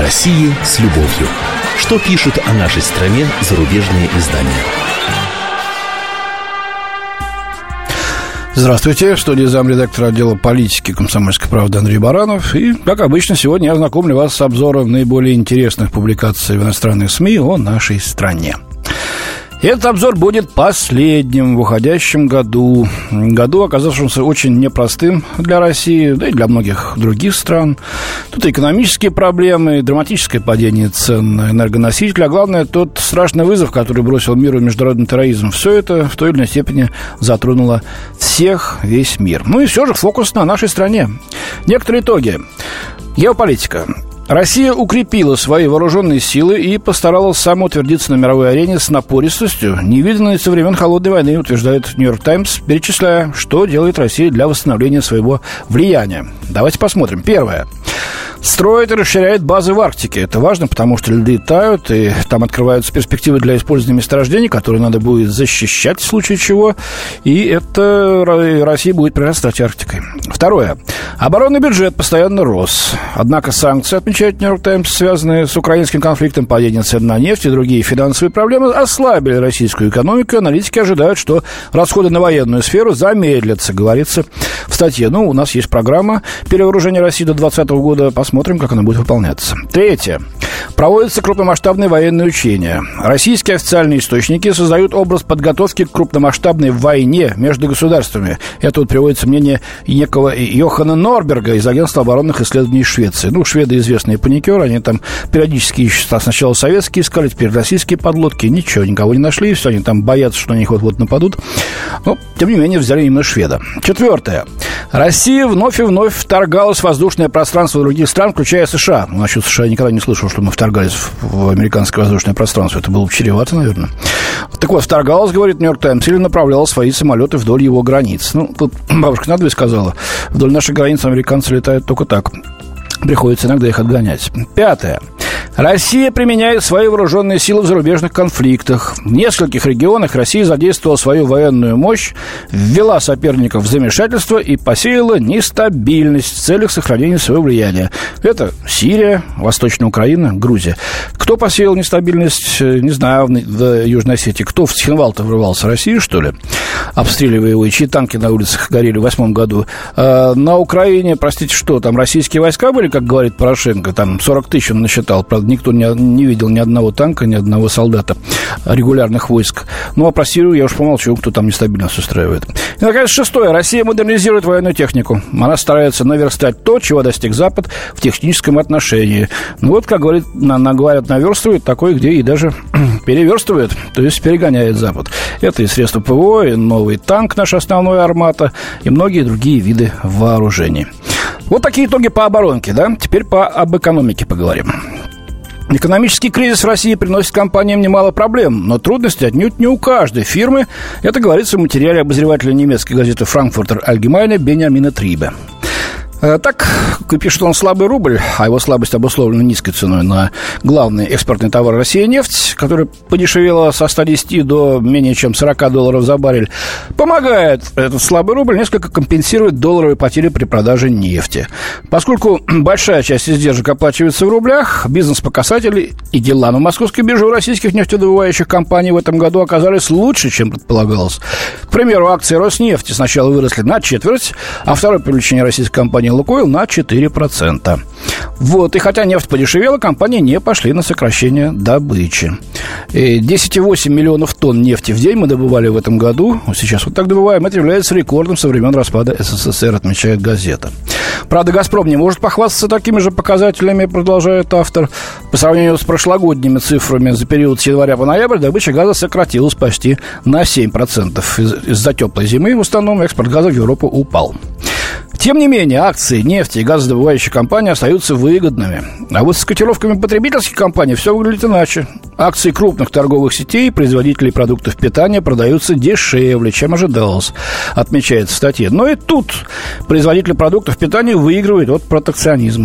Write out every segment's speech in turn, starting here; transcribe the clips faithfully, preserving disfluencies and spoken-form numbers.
России с любовью. Что пишут о нашей стране зарубежные издания? Здравствуйте, в студии замредактора отдела политики «Комсомольской правды» Андрей Баранов. И, как обычно, сегодня я знакомлю вас с обзором наиболее интересных публикаций в иностранных СМИ о нашей стране. Этот обзор будет последним в уходящем году. Году, оказавшемся очень непростым для России, да и для многих других стран. Тут и экономические проблемы, и драматическое падение цен на энергоносители, а главное, тот страшный вызов, который бросил миру международный терроризм. Все это в той или иной степени затронуло всех, весь мир. Ну и все же фокус на нашей стране. Некоторые итоги. Геополитика. Россия укрепила свои вооруженные силы и постаралась самоутвердиться на мировой арене с напористостью, невиданной со времен Холодной войны, утверждает «Нью-Йорк Таймс», перечисляя, что делает Россия для восстановления своего влияния. Давайте посмотрим. Первое. Строит и расширяет базы в Арктике. Это важно, потому что льды тают, и там открываются перспективы для использования месторождений, которые надо будет защищать в случае чего. И это Россия будет прирастать Арктикой. Второе. Оборонный бюджет постоянно рос. Однако санкции, отмечает «Нью-Йорк Таймс», связанные с украинским конфликтом, падение цен на нефть и другие финансовые проблемы, ослабили российскую экономику. Аналитики ожидают, что расходы на военную сферу замедлятся, говорится в статье. Ну, у нас есть программа перевооружения России до двадцатого года. Посмотрим, как она будет выполняться. Третье. Проводятся крупномасштабные военные учения. Российские официальные источники создают образ подготовки к крупномасштабной войне между государствами. Это вот приводится мнение некого Йохана Норберга из Агентства оборонных исследований Швеции. Ну, шведы известные паникеры, они там периодически ищут. Сначала советские искали, теперь российские подлодки. Ничего, никого не нашли, все, они там боятся, что на них вот-вот нападут. Но, тем не менее, взяли именно шведа. Четвертое. Россия вновь и вновь вторгалась в воздушное пространство других стран, включая США. Ну, насчет США я никогда не слышал, что мы вторгались в американское воздушное пространство. Это было бы чревато, наверное. Так вот, вторгалась, говорит «Нью-Йорк Таймс», или направляла свои самолеты вдоль его границ. Ну, тут бабушка надвое сказала, вдоль наших границ американцы летают только так. Приходится иногда их отгонять. Пятое. Россия применяет свои вооруженные силы в зарубежных конфликтах. В нескольких регионах Россия задействовала свою военную мощь, ввела соперников в замешательство и посеяла нестабильность в целях сохранения своего влияния. Это Сирия, Восточная Украина, Грузия. Кто посеял нестабильность, не знаю, в Южной Осетии. Кто в Цхинвал-то врывался? Россия, что ли? Обстреливая его, и чьи танки на улицах горели в восьмом году. А на Украине, простите, что, там российские войска были, как говорит Порошенко, там сорок тысяч он насчитал. Правда, никто не, не видел ни одного танка, ни одного солдата регулярных войск. Ну, а про Сирию я уж помолчу, кто там нестабильность устраивает. И, наконец, шестое. Россия модернизирует военную технику. Она старается наверстать то, чего достиг Запад в техническом отношении. Ну, вот, как говорит, на, на, говорят, наверстывает, такой, где и даже переверстывает, то есть перегоняет Запад. Это и средства ПВО, и новый танк, наша основная армата, и многие другие виды вооружений. Вот такие итоги по оборонке, да? Теперь по, об экономике поговорим. Экономический кризис в России приносит компаниям немало проблем, но трудности отнюдь не у каждой фирмы. Это говорится в материале обозревателя немецкой газеты «Франкфуртер Альгемайне» Бенjamina Трибе. Так, пишет он, слабый рубль, а его слабость обусловлена низкой ценой на главный экспортный товар России нефть, которая подешевела со ста десяти до менее чем сорока долларов за баррель, помогает. Этот слабый рубль несколько компенсирует долларовые потери при продаже нефти. Поскольку большая часть издержек оплачивается в рублях, бизнес-показатели и дела на московской бирже у российских нефтедобывающих компаний в этом году оказались лучше, чем предполагалось. К примеру, акции Роснефти сначала выросли на четверть, а второе привлечение российской компании «Лукойл» на четыре процента. Вот. И хотя нефть подешевела, компании не пошли на сокращение добычи. десять целых восемь десятых миллионов тонн нефти в день мы добывали в этом году. Сейчас вот так добываем. Это является рекордом со времен распада СССР, отмечает газета. Правда, «Газпром» не может похвастаться такими же показателями, продолжает автор. По сравнению с прошлогодними цифрами за период с января по ноябрь добыча газа сократилась почти на семь процентов. Из- из-за теплой зимы в основном экспорт газа в Европу упал. Тем не менее, акции нефти и газодобывающих компаний остаются выгодными. А вот с котировками потребительских компаний все выглядит иначе. Акции крупных торговых сетей и производителей продуктов питания продаются дешевле, чем ожидалось, отмечается в статье. Но и тут производители продуктов питания выигрывают от протекционизма.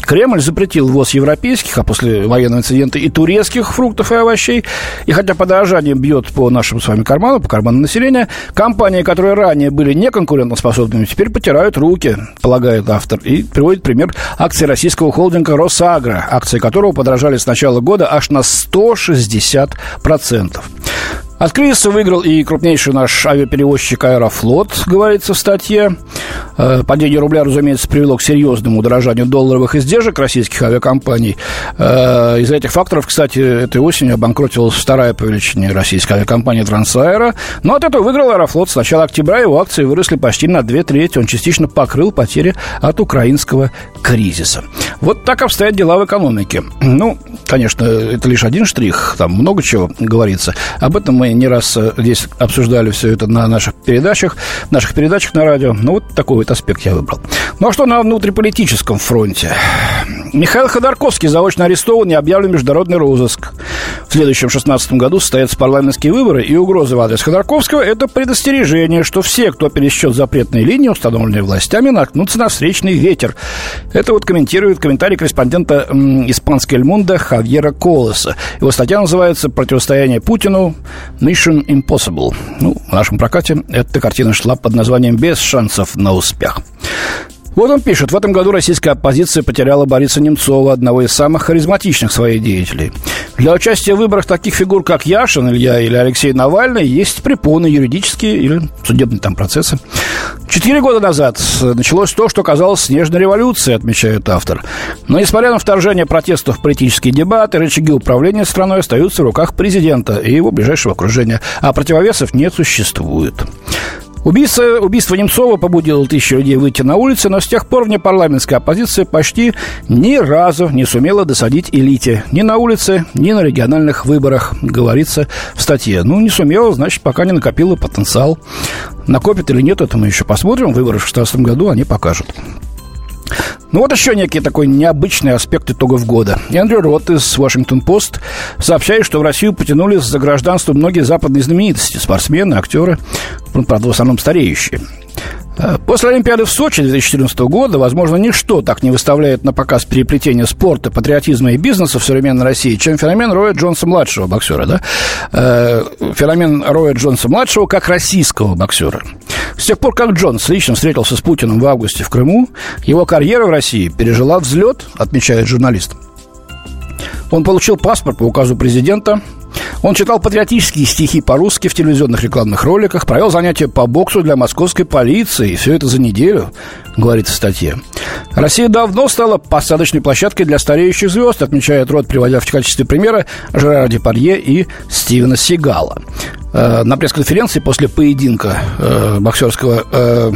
Кремль запретил ввоз европейских, а после военного инцидента и турецких фруктов и овощей. И хотя подорожание бьет по нашему с вами карману, по карману населения, компании, которые ранее были неконкурентоспособными, теперь потирают руки, полагает автор. И приводит пример акций российского холдинга «Росагро», акции которого подорожали с начала года аж на сто шестьдесят процентов. От кризиса выиграл и крупнейший наш авиаперевозчик «Аэрофлот», говорится в статье. Падение рубля, разумеется, привело к серьезному удорожанию долларовых издержек российских авиакомпаний. Из-за этих факторов, кстати, этой осенью обанкротилась вторая по величине российская авиакомпания «Трансаэро». Но от этого выиграл «Аэрофлот». С начала октября его акции выросли почти на две трети. Он частично покрыл потери от украинского кризиса. Вот так обстоят дела в экономике. Ну, конечно, это лишь один штрих. Там много чего говорится. Об этом мы не раз здесь обсуждали все это на наших передачах, наших передачах на радио. Ну, вот такой вот аспект я выбрал. Ну, а что на внутриполитическом фронте? Михаил Ходорковский заочно арестован и объявлен международный розыск. В следующем шестнадцатом году состоятся парламентские выборы, и угрозы в адрес Ходорковского – это предостережение, что все, кто пересечет запретные линии, установленные властями, наткнутся на встречный ветер. Это вот комментирует комментарий корреспондента м, испанской «Эль Мундо» Хавьера Колеса. Его статья называется «Противостояние Путину. Mission Impossible». Ну, в нашем прокате эта картина шла под названием «Без шансов на успех». Вот он пишет: в этом году российская оппозиция потеряла Бориса Немцова, одного из самых харизматичных своих деятелей. Для участия в выборах таких фигур, как Яшин, Илья или Алексей Навальный, есть препоны юридические или судебные там процессы. Четыре года назад началось то, что казалось снежной революцией, отмечает автор. Но, несмотря на вторжение протестов в политические дебаты, рычаги управления страной остаются в руках президента и его ближайшего окружения, а противовесов не существует. Убийство, убийство Немцова побудило тысячи людей выйти на улицы, но с тех пор внепарламентская оппозиция почти ни разу не сумела досадить элите. Ни на улице, ни на региональных выборах, говорится в статье. Ну, не сумела, значит, пока не накопила потенциал. Накопит или нет, это мы еще посмотрим. Выборы в две тысячи шестнадцатом году они покажут. Ну, вот еще некий такой необычный аспект итогов года. Эндрю Рот из «Вашингтон-Пост» сообщает, что в Россию потянулись за гражданство многие западные знаменитости, спортсмены, актеры, правда, в основном стареющие. После Олимпиады в Сочи две тысячи четырнадцатого года, возможно, ничто так не выставляет на показ переплетение спорта, патриотизма и бизнеса в современной России, чем феномен Роя Джонса-младшего, боксера, да? Феномен Роя Джонса-младшего как российского боксера. С тех пор, как Джонс лично встретился с Путиным в августе в Крыму, его карьера в России пережила взлет, отмечает журналист. Он получил паспорт по указу президента. Он читал патриотические стихи по-русски в телевизионных рекламных роликах, провел занятия по боксу для московской полиции. И все это за неделю, говорится в статье. Россия давно стала посадочной площадкой для стареющих звезд, отмечает Рот, приводя в качестве примера Жерара Депардье и Стивена Сигала. На пресс-конференции после поединка э, боксерского э,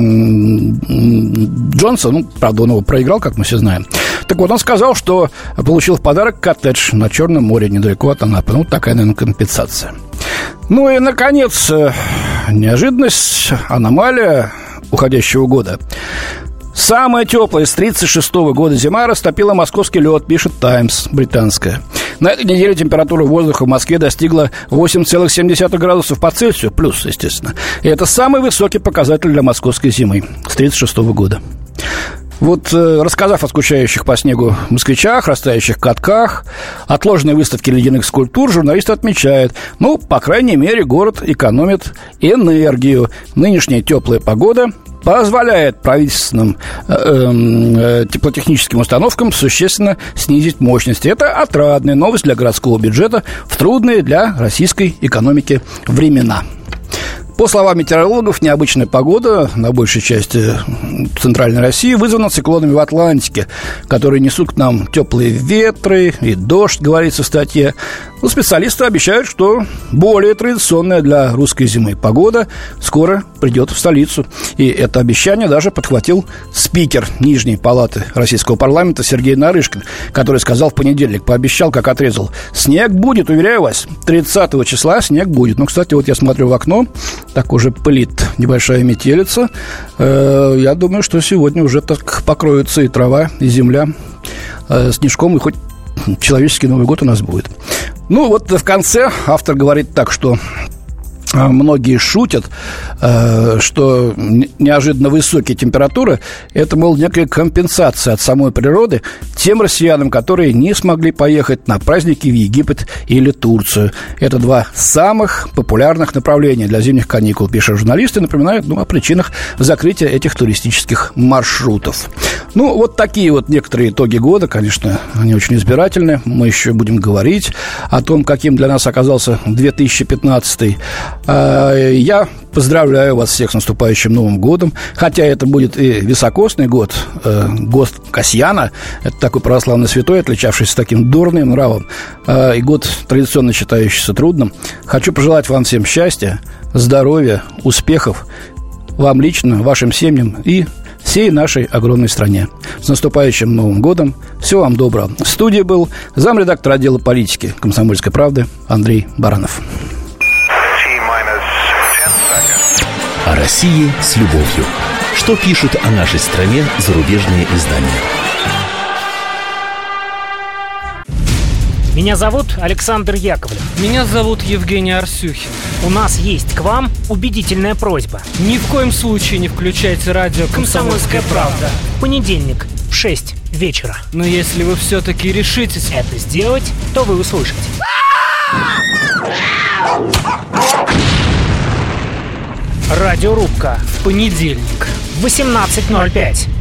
Джонса, ну, правда, он его проиграл, как мы все знаем. Так вот, он сказал, что получил в подарок коттедж на Черном море, недалеко от Анапы. Ну, такая, наверное, компенсация. Ну и, наконец, неожиданность, аномалия уходящего года. Самая теплая с тридцать шестого года зима растопила московский лед, пишет «Таймс» британская. На этой неделе температура воздуха в Москве достигла восемь целых семь десятых градусов по Цельсию, плюс, естественно. И это самый высокий показатель для московской зимы с тридцать шестого года. Вот, э, рассказав о скучающих по снегу москвичах, растающих катках, отложенной выставке ледяных скульптур, журналист отмечает: ну, по крайней мере, город экономит энергию. Нынешняя теплая погода позволяет правительственным э, э, теплотехническим установкам существенно снизить мощности. Это отрадная новость для городского бюджета в трудные для российской экономики времена. По словам метеорологов, необычная погода на большей части центральной России вызвана циклонами в Атлантике, которые несут к нам теплые ветры и дождь, говорится в статье. Но специалисты обещают, что более традиционная для русской зимы погода скоро придет в столицу. И это обещание даже подхватил спикер Нижней палаты Российского парламента Сергей Нарышкин, который сказал в понедельник, пообещал, как отрезал: снег будет, уверяю вас, тридцатого числа снег будет. Ну, кстати, вот я смотрю в окно, так уже пылит небольшая метелица. Э, я думаю, что сегодня уже так покроются и трава, и земля э, снежком, и хоть человеческий Новый год у нас будет. Ну, вот в конце автор говорит так, что Многие шутят, что неожиданно высокие температуры – это, мол, некая компенсация от самой природы тем россиянам, которые не смогли поехать на праздники в Египет или Турцию. Это два самых популярных направления для зимних каникул, пишут журналисты, напоминают ну, о причинах закрытия этих туристических маршрутов. Ну, вот такие вот некоторые итоги года, конечно, они очень избирательны. Мы еще будем говорить о том, каким для нас оказался две тысячи пятнадцатый. Я поздравляю вас всех с наступающим Новым годом. Хотя это будет и високосный год, год Касьяна. Это такой православный святой, отличавшийся таким дурным нравом, и год, традиционно считающийся трудным. Хочу пожелать вам всем счастья, здоровья, успехов вам лично, вашим семьям и всей нашей огромной стране. С наступающим Новым годом. Всего вам доброго. В студии был замредактор отдела политики «Комсомольской правды» Андрей Баранов. О России с любовью. Что пишут о нашей стране зарубежные издания? Меня зовут Александр Яковлев. Меня зовут Евгений Арсюхин. У нас есть к вам убедительная просьба. Ни в коем случае не включайте радио «Комсомольская правда». В понедельник в шесть вечера. Но если вы все-таки решитесь это сделать, то вы услышите. Радиорубка. В понедельник в восемнадцать ноль пять.